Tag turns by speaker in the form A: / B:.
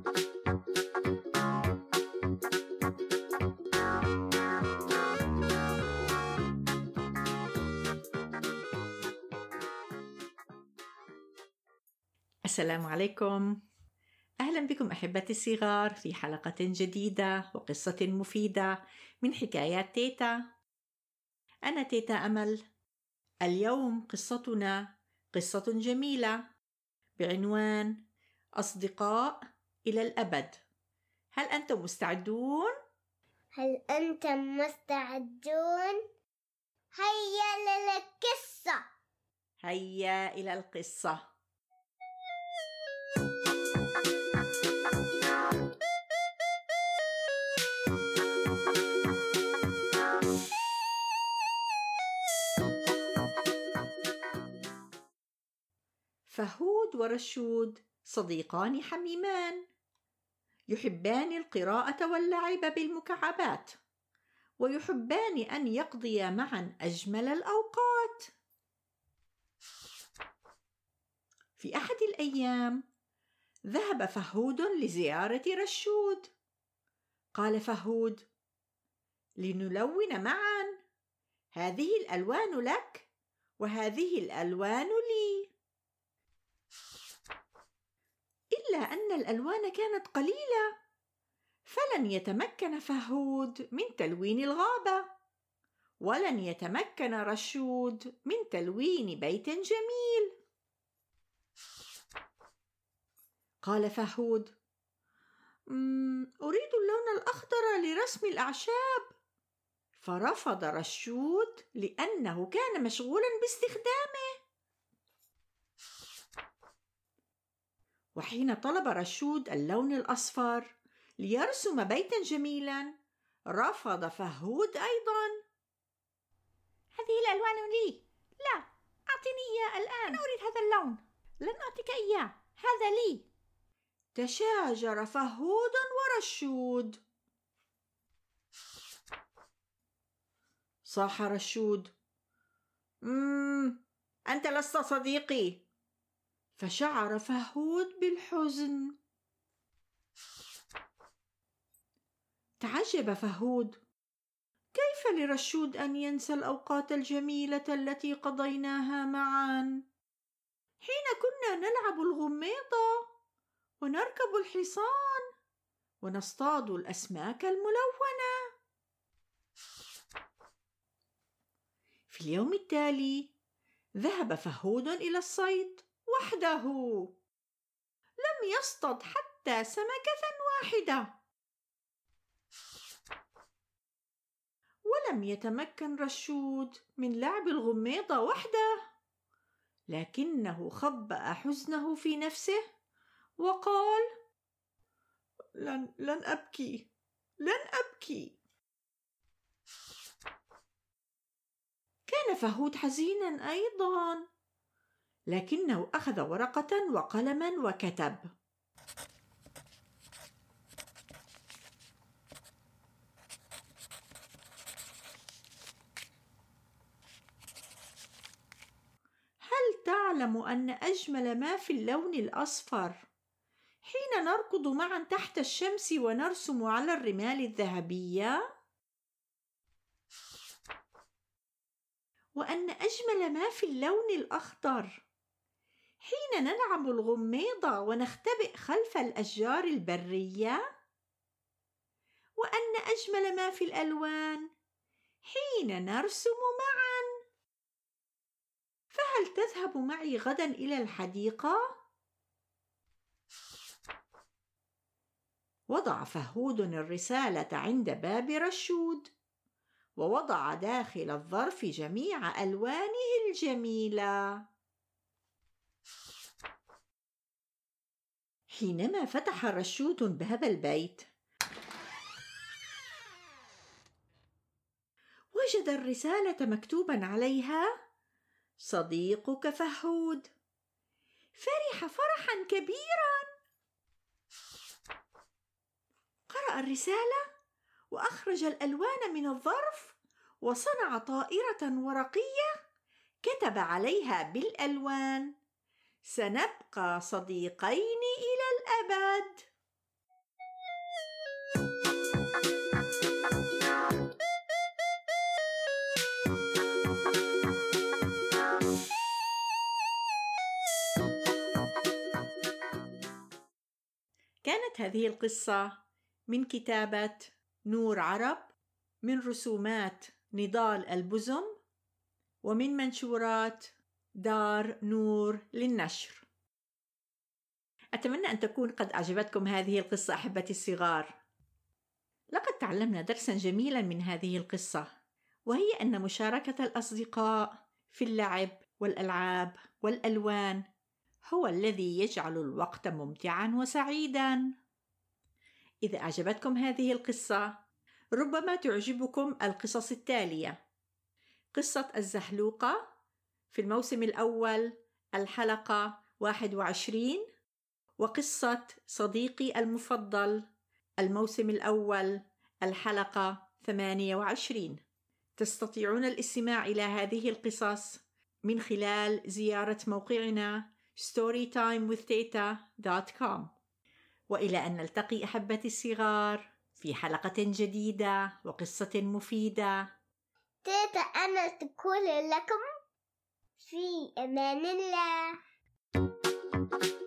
A: السلام عليكم. أهلا بكم أحبتي الصغار في حلقة جديدة وقصة مفيدة من حكايات تيتا. أنا تيتا أمل. اليوم قصتنا قصة جميلة بعنوان أصدقاء إلى الأبد. هل أنتم مستعدون؟
B: هل أنتم مستعدون؟ هيا للقصة.
A: هيا إلى القصة. فهود ورشود صديقان حميمان، يحبان القراءة واللعب بالمكعبات، ويحبان أن يقضيا معا أجمل الأوقات. في أحد الأيام ذهب فهود لزيارة رشود. قال فهود: لنلون معا، هذه الألوان لك وهذه الألوان لي. إلا أن الألوان كانت قليلة، فلن يتمكن فهود من تلوين الغابة، ولن يتمكن رشود من تلوين بيت جميل. قال فهود: أريد اللون الأخضر لرسم الأعشاب. فرفض رشود لأنه كان مشغولا باستخدامه. وحين طلب رشود اللون الأصفر ليرسم بيتا جميلا، رفض فهود أيضا.
C: هذه الألوان لي، لا، أعطني إياه الآن. أنا أريد هذا اللون، لن أعطيك إياه، هذا لي.
A: تشاجر فهود ورشود. صاح رشود: أنت لست صديقي. فشعر فهود بالحزن. تعجب فهود: كيف لرشود أن ينسى الأوقات الجميلة التي قضيناها معا، حين كنا نلعب الغميضة ونركب الحصان ونصطاد الأسماك الملونة. في اليوم التالي ذهب فهود إلى الصيد وحده. لم يصطد حتى سمكة واحدة. ولم يتمكن رشود من لعب الغميضة وحده، لكنه خبأ حزنه في نفسه وقال: لن أبكي، لن أبكي. كان فهود حزينا أيضا، لكنه أخذ ورقة وقلما وكتب: هل تعلم أن أجمل ما في اللون الأصفر حين نركض معا تحت الشمس ونرسم على الرمال الذهبية؟ وأن أجمل ما في اللون الأخضر حين نلعب الغميضة ونختبئ خلف الأشجار البرية؟ وأن أجمل ما في الألوان حين نرسم معا. فهل تذهب معي غدا إلى الحديقة؟ وضع فهود الرسالة عند باب رشود، ووضع داخل الظرف جميع ألوانه الجميلة. حينما فتح رشود باب البيت، وجد الرسالة مكتوبا عليها: صديقك فهود. فرح فرحا كبيرا. قرأ الرسالة وأخرج الألوان من الظرف وصنع طائرة ورقية كتب عليها بالألوان: سنبقى صديقين إلى الأبد. كانت هذه القصة من كتابة نور عرب، من رسومات نضال البزم، ومن منشورات دار نور للنشر. أتمنى أن تكون قد أعجبتكم هذه القصة أحبتي الصغار. لقد تعلمنا درسا جميلا من هذه القصة، وهي أن مشاركة الأصدقاء في اللعب والألعاب والألوان هو الذي يجعل الوقت ممتعا وسعيدا. إذا أعجبتكم هذه القصة ربما تعجبكم القصص التالية: قصة الزحلوقة في الموسم الأول الحلقة 21، وقصة صديقي المفضل الموسم الأول الحلقة 28. تستطيعون الاستماع إلى هذه القصص من خلال زيارة موقعنا storytimewithteta.com. وإلى أن نلتقي أحبتي الصغار في حلقة جديدة وقصة مفيدة.
B: تيتا أنا تقول لكم في أمان الله.